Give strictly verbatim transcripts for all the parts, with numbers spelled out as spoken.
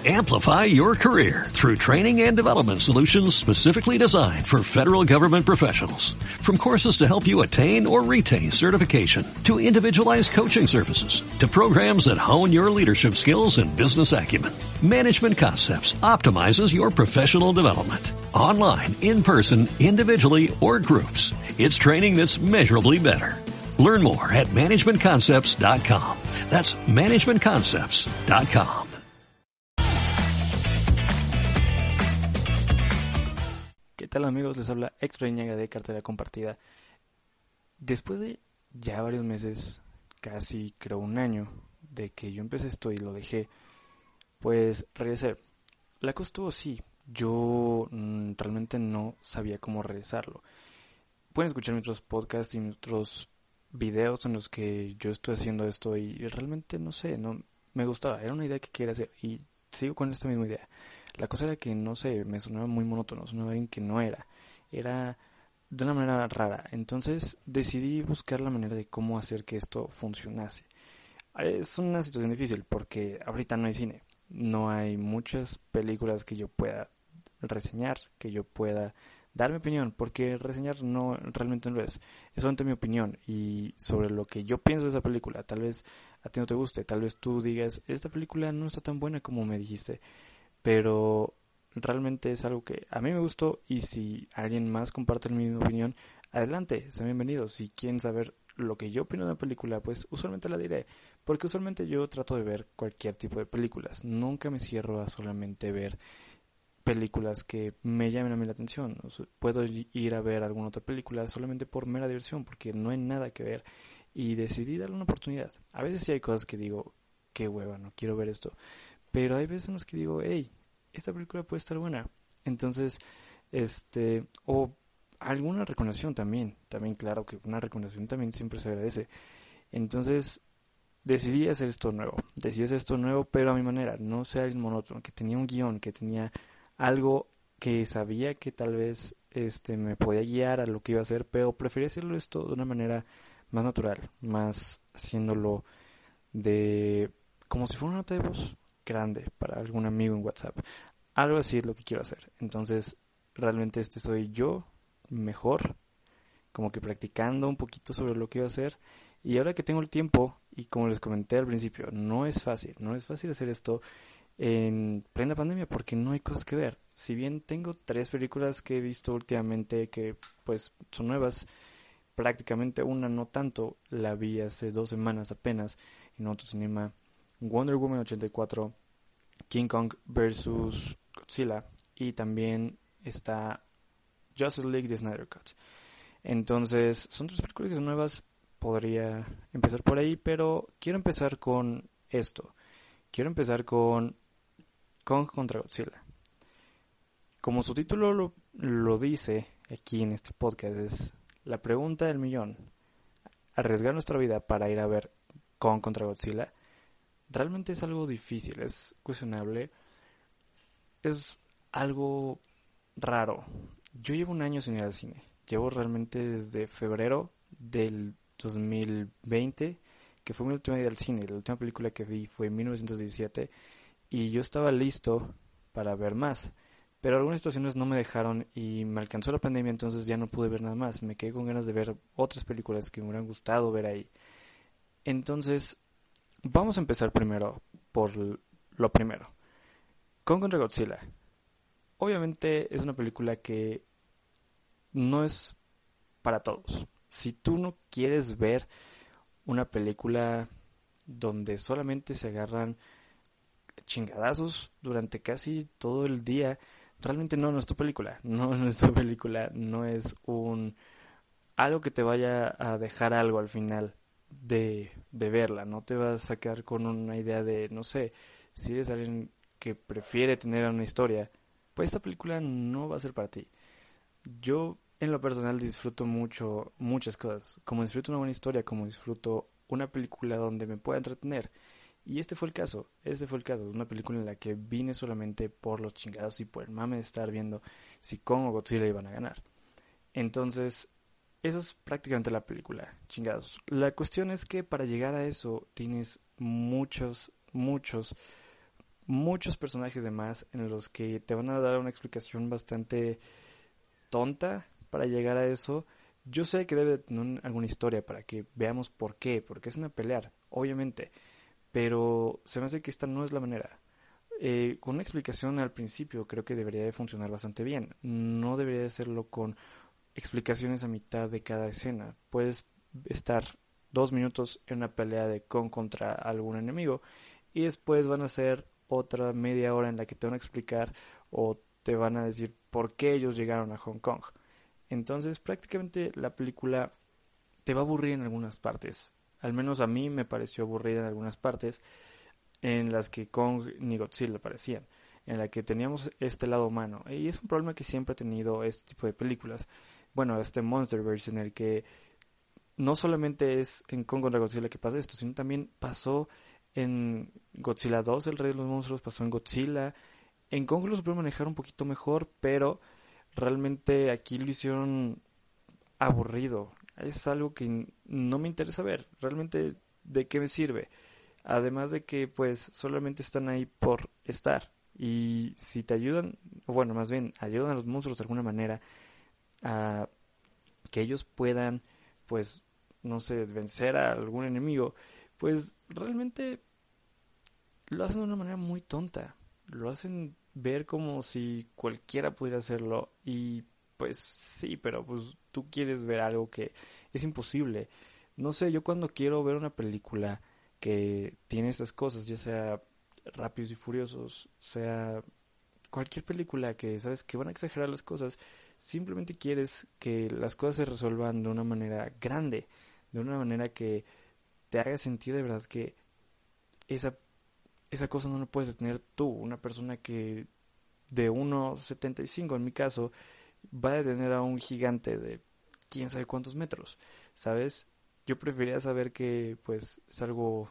Amplify your career through training and development solutions specifically designed for federal government professionals. From courses to help you attain or retain certification, to individualized coaching services, to programs that hone your leadership skills and business acumen, Management Concepts optimizes your professional development. Online, in person, individually, or groups, it's training that's measurably better. Learn more at management concepts dot com. That's management concepts dot com. ¿Qué tal, amigos? Les habla Héctor Iñaga de Cartera Compartida. Después de ya varios meses, casi creo un año, de que yo empecé esto y lo dejé, pues regresé. La cosa estuvo así. Yo mmm, realmente no sabía cómo regresarlo. Pueden escuchar mis otros podcasts y mis otros videos en los que yo estoy haciendo esto y realmente no sé, no me gustaba. Era una idea que quería hacer y sigo con esta misma idea. La cosa era que, no sé, me sonaba muy monótono, sonaba alguien que no era. Era de una manera rara. Entonces decidí buscar la manera de cómo hacer que esto funcionase. Es una situación difícil porque ahorita no hay cine. No hay muchas películas que yo pueda reseñar, que yo pueda dar mi opinión, porque reseñar no realmente no es. Es solamente mi opinión y sobre lo que yo pienso de esa película. Tal vez a ti no te guste, tal vez tú digas, esta película no está tan buena como me dijiste. Pero realmente es algo que a mí me gustó y si alguien más comparte mi misma opinión, adelante, sean bienvenidos. Si quieren saber lo que yo opino de una película, pues usualmente la diré, porque usualmente yo trato de ver cualquier tipo de películas. Nunca me cierro a solamente ver películas que me llamen a mí la atención. O sea, puedo ir a ver alguna otra película solamente por mera diversión, porque no hay nada que ver. Y decidí darle una oportunidad. A veces sí hay cosas que digo, qué hueva, no quiero ver esto. Pero hay veces en las que digo, hey, esta película puede estar buena. Entonces, este, o alguna recomendación también. También, claro que una recomendación también siempre se agradece. Entonces, decidí hacer esto nuevo. Decidí hacer esto nuevo, pero a mi manera. No sea alguien monótono, que tenía un guión, que tenía algo que sabía que tal vez este me podía guiar a lo que iba a hacer, pero preferí hacerlo esto de una manera más natural, más haciéndolo de como si fuera una nota de voz grande para algún amigo en WhatsApp. Algo así es lo que quiero hacer. Entonces, realmente este soy yo, mejor, como que practicando un poquito sobre lo que iba a hacer. Y ahora que tengo el tiempo, y como les comenté al principio, no es fácil, no es fácil hacer esto en plena pandemia porque no hay cosas que ver. Si bien tengo tres películas que he visto últimamente que pues son nuevas, prácticamente una no tanto, la vi hace dos semanas apenas en otro cinema. Wonder Woman ochenta y cuatro, King Kong versus Godzilla y también está Justice League The Snyder Cut. Entonces son tres películas que son nuevas, podría empezar por ahí, pero quiero empezar con esto. Quiero empezar con Kong contra Godzilla. Como su título lo, lo dice aquí en este podcast, es la pregunta del millón. Arriesgar nuestra vida para ir a ver Kong contra Godzilla realmente es algo difícil, es cuestionable, es algo raro. Yo llevo un año sin ir al cine. Llevo realmente desde febrero del dos mil veinte, que fue mi última ida al cine. La última película que vi fue en mil novecientos diecisiete y yo estaba listo para ver más. Pero algunas situaciones no me dejaron y me alcanzó la pandemia, entonces ya no pude ver nada más. Me quedé con ganas de ver otras películas que me hubieran gustado ver ahí. Entonces, vamos a empezar primero por lo primero. Kong contra Godzilla. Obviamente es una película que no es para todos. Si tú no quieres ver una película donde solamente se agarran chingadazos durante casi todo el día, realmente no, no es tu película. No, no es tu película. No es un algo que te vaya a dejar algo al final de, de verla. No te vas a quedar con una idea de, no sé, si eres alguien que prefiere tener una historia, pues esta película no va a ser para ti. Yo en lo personal disfruto mucho muchas cosas, como disfruto una buena historia, como disfruto una película donde me pueda entretener. Y este fue el caso, este fue el caso, una película en la que vine solamente por los chingados y por el mame de estar viendo si Kong o Godzilla iban a ganar. Entonces, esa es prácticamente la película, chingados. La cuestión es que para llegar a eso tienes muchos, muchos muchos personajes de más en los que te van a dar una explicación bastante tonta para llegar a eso. Yo sé que debe tener alguna historia para que veamos por qué, porque es una pelea, obviamente, pero se me hace que esta no es la manera. Eh, con una explicación al principio creo que debería de funcionar bastante bien. No debería de hacerlo con explicaciones a mitad de cada escena. Puedes estar dos minutos en una pelea de Kong contra algún enemigo y después van a ser otra media hora en la que te van a explicar o te van a decir por qué ellos llegaron a Hong Kong. Entonces prácticamente la película te va a aburrir en algunas partes. Al menos a mí me pareció aburrida en algunas partes en las que Kong ni Godzilla aparecían, en la que teníamos este lado humano. Y es un problema que siempre he tenido este tipo de películas. Bueno, este Monsterverse en el que no solamente es en Kong contra Godzilla que pasa esto, sino también pasó en Godzilla dos, el rey de los monstruos, pasó en Godzilla. En Kong lo supieron manejar un poquito mejor, pero realmente aquí lo hicieron aburrido. Es algo que no me interesa ver. Realmente, ¿de qué me sirve? Además de que pues solamente están ahí por estar. Y si te ayudan, o bueno, más bien ayudan a los monstruos de alguna manera a que ellos puedan, pues, no sé, vencer a algún enemigo, pues realmente lo hacen de una manera muy tonta. Lo hacen ver como si cualquiera pudiera hacerlo. Y pues sí, pero pues tú quieres ver algo que es imposible. No sé, yo cuando quiero ver una película que tiene estas cosas, ya sea Rápidos y Furiosos, sea cualquier película que sabes que van a exagerar las cosas, simplemente quieres que las cosas se resuelvan de una manera grande, de una manera que te haga sentir de verdad que esa, esa cosa no la puedes tener tú, una persona que de uno setenta y cinco en mi caso va a detener a un gigante de quién sabe cuántos metros, ¿sabes? Yo preferiría saber que pues es algo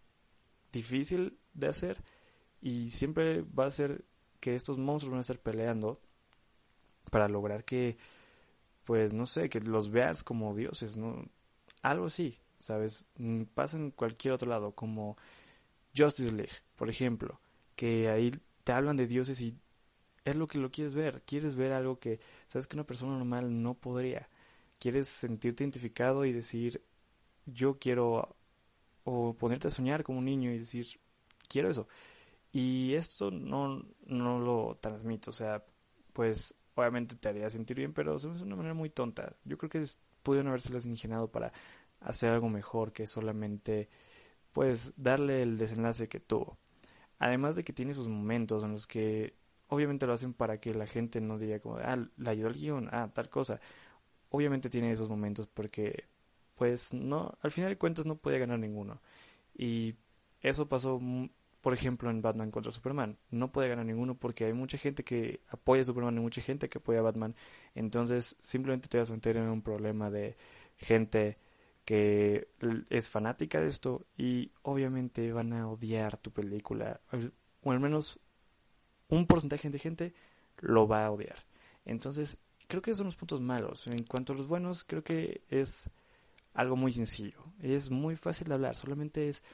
difícil de hacer y siempre va a ser que estos monstruos van a estar peleando para lograr que pues no sé, que los veas como dioses, ¿no? Algo así, ¿sabes? Pasa en cualquier otro lado, como Justice League, por ejemplo, que ahí te hablan de dioses y es lo que lo quieres ver, quieres ver algo que sabes que una persona normal no podría, quieres sentirte identificado y decir yo quiero, o ponerte a soñar como un niño y decir quiero eso, y esto no, no lo transmito, o sea, pues obviamente te haría sentir bien, pero se me hace una manera muy tonta. Yo creo que es, pudieron habérselas ingeniado para hacer algo mejor que solamente pues darle el desenlace que tuvo. Además de que tiene sus momentos en los que obviamente lo hacen para que la gente no diga como, ah, le ayudó el guión, ah, tal cosa. Obviamente tiene esos momentos porque pues no, al final de cuentas no podía ganar ninguno. Y eso pasó, por ejemplo, en Batman contra Superman. No puede ganar ninguno porque hay mucha gente que apoya a Superman y mucha gente que apoya a Batman. Entonces simplemente te vas a meter en un problema de gente que es fanática de esto y obviamente van a odiar tu película. O al menos un porcentaje de gente lo va a odiar. Entonces creo que esos son los puntos malos. En cuanto a los buenos, creo que es algo muy sencillo. Es muy fácil de hablar. Solamente es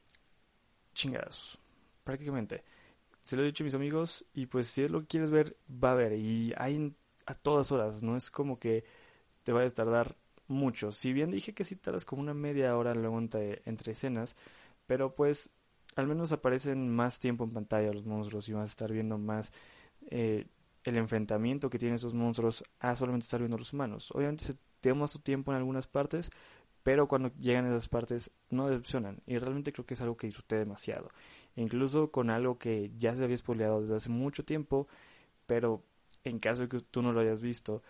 chingados, prácticamente. Se lo he dicho a mis amigos y pues si es lo que quieres ver, va a ver. Y hay a todas horas, no es como que te vayas a tardar mucho. Si bien dije que sí tardas como una media hora luego entre, entre escenas, pero pues al menos aparecen más tiempo en pantalla los monstruos y vas a estar viendo más eh, el enfrentamiento que tienen esos monstruos a solamente estar viendo los humanos. Obviamente se toma su tiempo en algunas partes, pero cuando llegan a esas partes no decepcionan y realmente creo que es algo que disfruté demasiado, incluso con algo que ya se había spoileado desde hace mucho tiempo, pero en caso de que tú no lo hayas visto,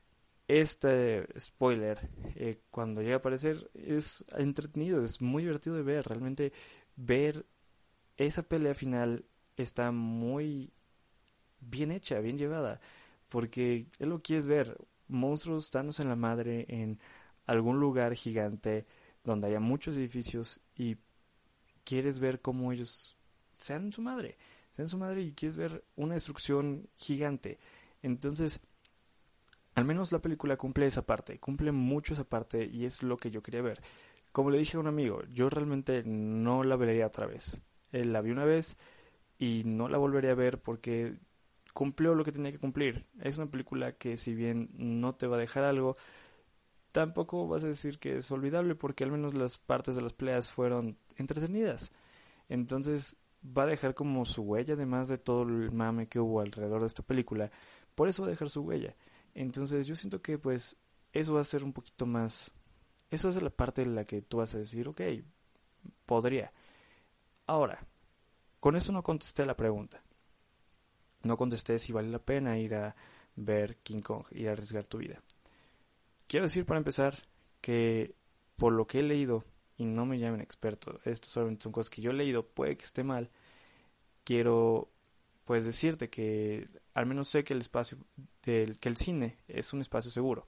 este spoiler eh, cuando llega a aparecer es entretenido, es muy divertido de ver, realmente ver esa pelea final está muy bien hecha, bien llevada, porque es lo que quieres ver, monstruos dándose en la madre en algún lugar gigante donde haya muchos edificios y quieres ver cómo ellos sean su madre, sean su madre y quieres ver una destrucción gigante. Entonces, al menos la película cumple esa parte, cumple mucho esa parte y es lo que yo quería ver. Como le dije a un amigo, yo realmente no la vería otra vez. Él la vi una vez y no la volveré a ver porque cumplió lo que tenía que cumplir. Es una película que, si bien no te va a dejar algo, tampoco vas a decir que es olvidable, porque al menos las partes de las peleas fueron entretenidas. Entonces va a dejar como su huella, además de todo el mame que hubo alrededor de esta película. Por eso va a dejar su huella. Entonces yo siento que pues eso va a ser un poquito más... Eso es la parte en la que tú vas a decir, ok, podría. Ahora, con eso no contesté la pregunta. No contesté si vale la pena ir a ver King Kong, ir a arriesgar tu vida. Quiero decir, para empezar, que por lo que he leído, y no me llamen experto, esto solamente son cosas que yo he leído, puede que esté mal, quiero pues decirte que al menos sé que el espacio del que el cine es un espacio seguro.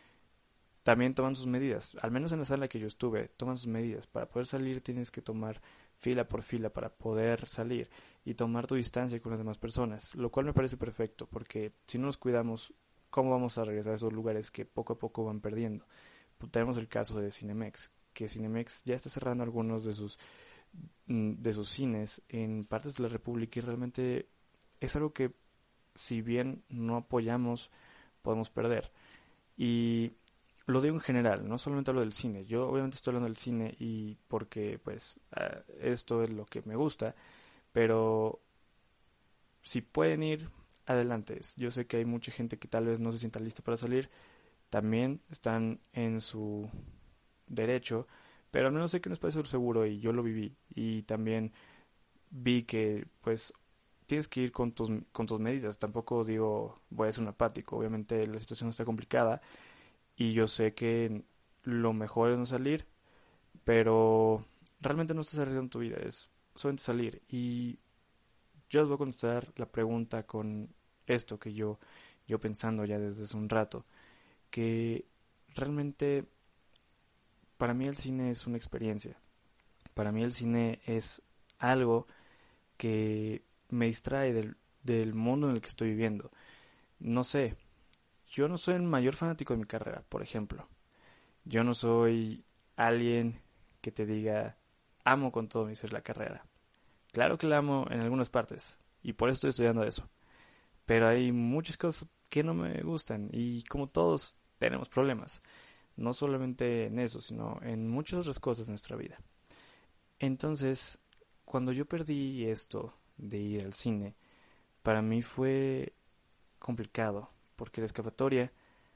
También toman sus medidas, al menos en la sala que yo estuve, toman sus medidas. Para poder salir tienes que tomar fila por fila para poder salir y tomar tu distancia con las demás personas, lo cual me parece perfecto, porque si no nos cuidamos, ¿cómo vamos a regresar a esos lugares que poco a poco van perdiendo? Pues tenemos el caso de Cinemex, que Cinemex ya está cerrando algunos de sus de sus cines en partes de la República, y realmente es algo que, si bien no apoyamos, podemos perder. Y lo digo en general, no solamente hablo del cine. Yo obviamente estoy hablando del cine y porque pues uh, esto es lo que me gusta, pero si pueden ir, adelante. Yo sé que hay mucha gente que tal vez no se sienta lista para salir, también están en su derecho, pero al menos sé que no es para ser seguro, y yo lo viví. Y también vi que pues tienes que ir con tus, con tus medidas. Tampoco digo voy a ser un apático, obviamente la situación está complicada y yo sé que lo mejor es no salir, pero realmente no estás arriesgando tu vida, es solamente salir. Y yo os voy a contestar la pregunta con esto que yo, yo pensando ya desde hace un rato, que realmente para mí el cine es una experiencia. Para mí el cine es algo que me distrae del, del mundo en el que estoy viviendo. No sé, yo no soy el mayor fanático de mi carrera, por ejemplo. Yo no soy alguien que te diga, amo con todo mi ser la carrera. Claro que la amo en algunas partes, y por eso estoy estudiando eso. Pero hay muchas cosas que no me gustan, y como todos tenemos problemas. No solamente en eso, sino en muchas otras cosas de nuestra vida. Entonces, cuando yo perdí esto de ir al cine, para mí fue complicado, porque la escapatoria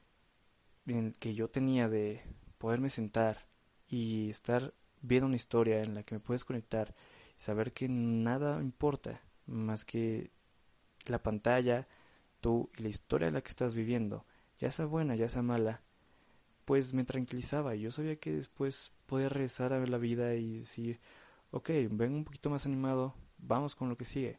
en que yo tenía de poderme sentar y estar viendo una historia en la que me puedes conectar y saber que nada importa más que la pantalla, tú y la historia en la que estás viviendo, ya sea buena, ya sea mala, pues me tranquilizaba. Yo sabía que después podía regresar a ver la vida y decir, ok, ven un poquito más animado, vamos con lo que sigue.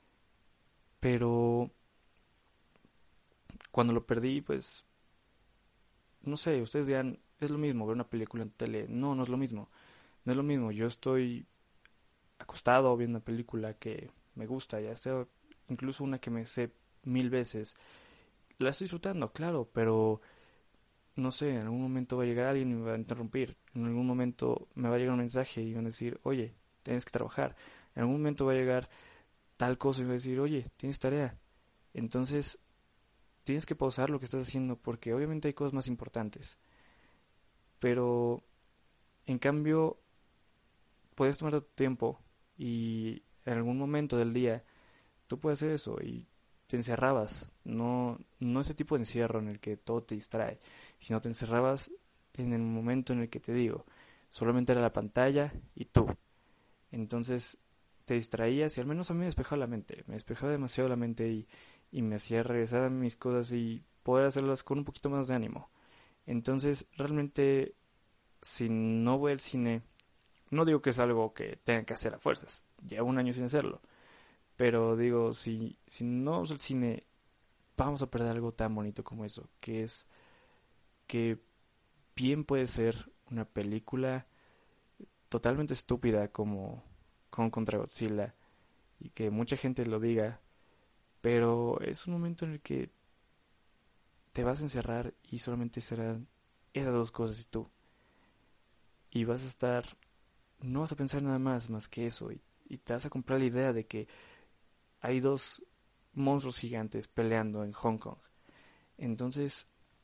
Pero cuando lo perdí, pues, no sé, ustedes dirán, es lo mismo ver una película en tele. No, no es lo mismo. No es lo mismo. Yo estoy acostado viendo una película que me gusta, ya sea incluso una que me sé mil veces. La estoy disfrutando, claro, pero no sé, en algún momento va a llegar alguien y me va a interrumpir. En algún momento me va a llegar un mensaje y van a decir, oye, tienes que trabajar. En algún momento va a llegar tal cosa y va a decir, oye, tienes tarea. Entonces, tienes que pausar lo que estás haciendo, porque obviamente hay cosas más importantes. Pero, en cambio, puedes tomar tu tiempo y en algún momento del día tú puedes hacer eso y te encerrabas. No, no ese tipo de encierro en el que todo te distrae, sino te encerrabas en el momento en el que te digo, solamente era la pantalla y tú. Entonces te distraías y al menos a mí me despejaba la mente, me despejaba demasiado la mente y, y me hacía regresar a mis cosas y poder hacerlas con un poquito más de ánimo. Entonces realmente, si no voy al cine, no digo que es algo que tenga que hacer a fuerzas, llevo un año sin hacerlo, pero digo, si, si no vamos al cine, vamos a perder algo tan bonito como eso, que es que bien puede ser una película totalmente estúpida como Kong contra Godzilla, y que mucha gente lo diga, pero es un momento en el que te vas a encerrar y solamente serán esas dos cosas y tú, y vas a estar, no vas a pensar nada más más que eso, y, y te vas a comprar la idea de que hay dos monstruos gigantes peleando en Hong Kong. Entonces,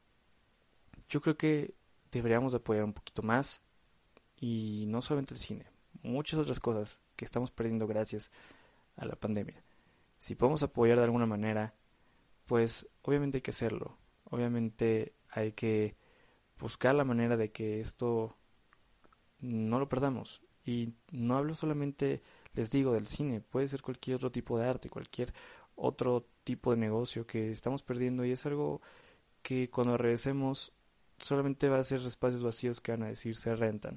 yo creo que deberíamos apoyar un poquito más, y no solamente el cine, muchas otras cosas que estamos perdiendo gracias a la pandemia. Si podemos apoyar de alguna manera, pues obviamente hay que hacerlo. Obviamente hay que buscar la manera de que esto no lo perdamos. Y no hablo solamente, les digo, del cine, puede ser cualquier otro tipo de arte, cualquier otro tipo de negocio que estamos perdiendo, y es algo que cuando regresemos solamente va a ser espacios vacíos que van a decir se rentan,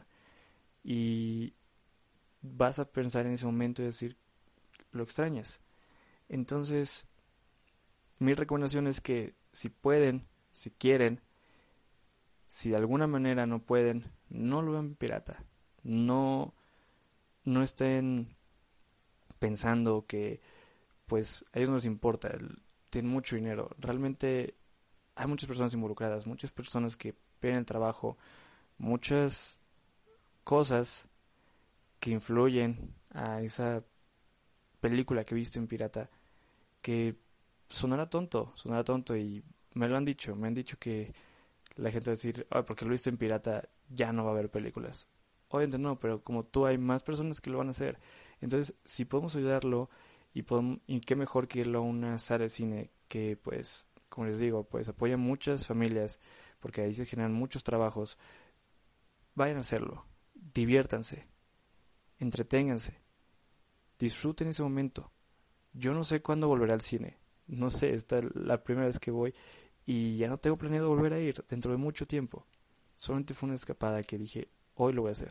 y vas a pensar en ese momento y decir lo extrañas. Entonces mi recomendación es que si pueden, si quieren, si de alguna manera no pueden, no lo vean pirata. No, no estén pensando que pues a ellos no les importa, el, tienen mucho dinero. Realmente hay muchas personas involucradas, muchas personas que pierden el trabajo, muchas cosas que influyen a esa película que viste en pirata, que sonará tonto, sonará tonto y me lo han dicho, me han dicho que la gente va a decir, ah, porque lo viste en pirata ya no va a haber películas. Obviamente no, pero como tú hay más personas que lo van a hacer. Entonces, si podemos ayudarlo, y, podemos, y qué mejor que irlo a una sala de cine que, pues, como les digo, pues apoya muchas familias, porque ahí se generan muchos trabajos. Vayan a hacerlo, diviértanse, entreténganse, disfruten ese momento. Yo no sé cuándo volveré al cine, no sé, esta es la primera vez que voy y ya no tengo planeado volver a ir dentro de mucho tiempo. Solamente fue una escapada que dije, hoy lo voy a hacer.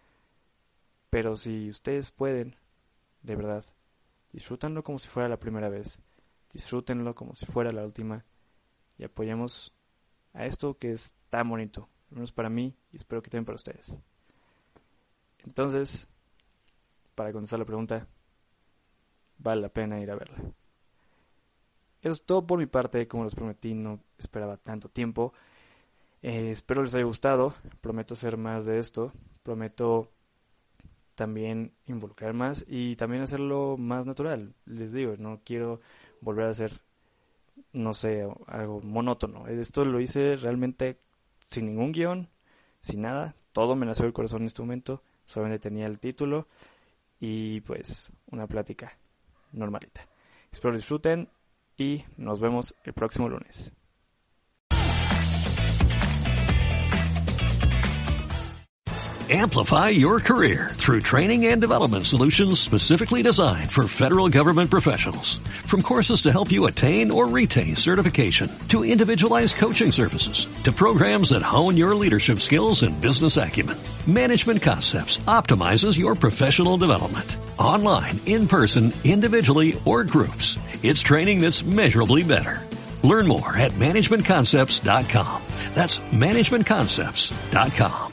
Pero si ustedes pueden, de verdad, disfrútenlo como si fuera la primera vez, disfrútenlo como si fuera la última, y apoyemos a esto que es tan bonito, al menos para mí, y espero que también para ustedes. Entonces, para contestar la pregunta, vale la pena ir a verla. Eso es todo por mi parte, como les prometí, no esperaba tanto tiempo. Eh, espero les haya gustado, prometo hacer más de esto, prometo también involucrar más y también hacerlo más natural. Les digo, no quiero volver a hacer, no sé, algo monótono. Esto lo hice realmente sin ningún guión, sin nada, todo me nació del corazón en este momento, solamente tenía el título y pues una plática normalita. Espero lo disfruten y nos vemos el próximo lunes. Amplify your career through training and development solutions specifically designed for federal government professionals. From courses to help you attain or retain certification, to individualized coaching services, to programs that hone your leadership skills and business acumen, Management Concepts optimizes your professional development. Online, in person, individually, or groups, it's training that's measurably better. Learn more at management concepts dot com. That's management concepts dot com.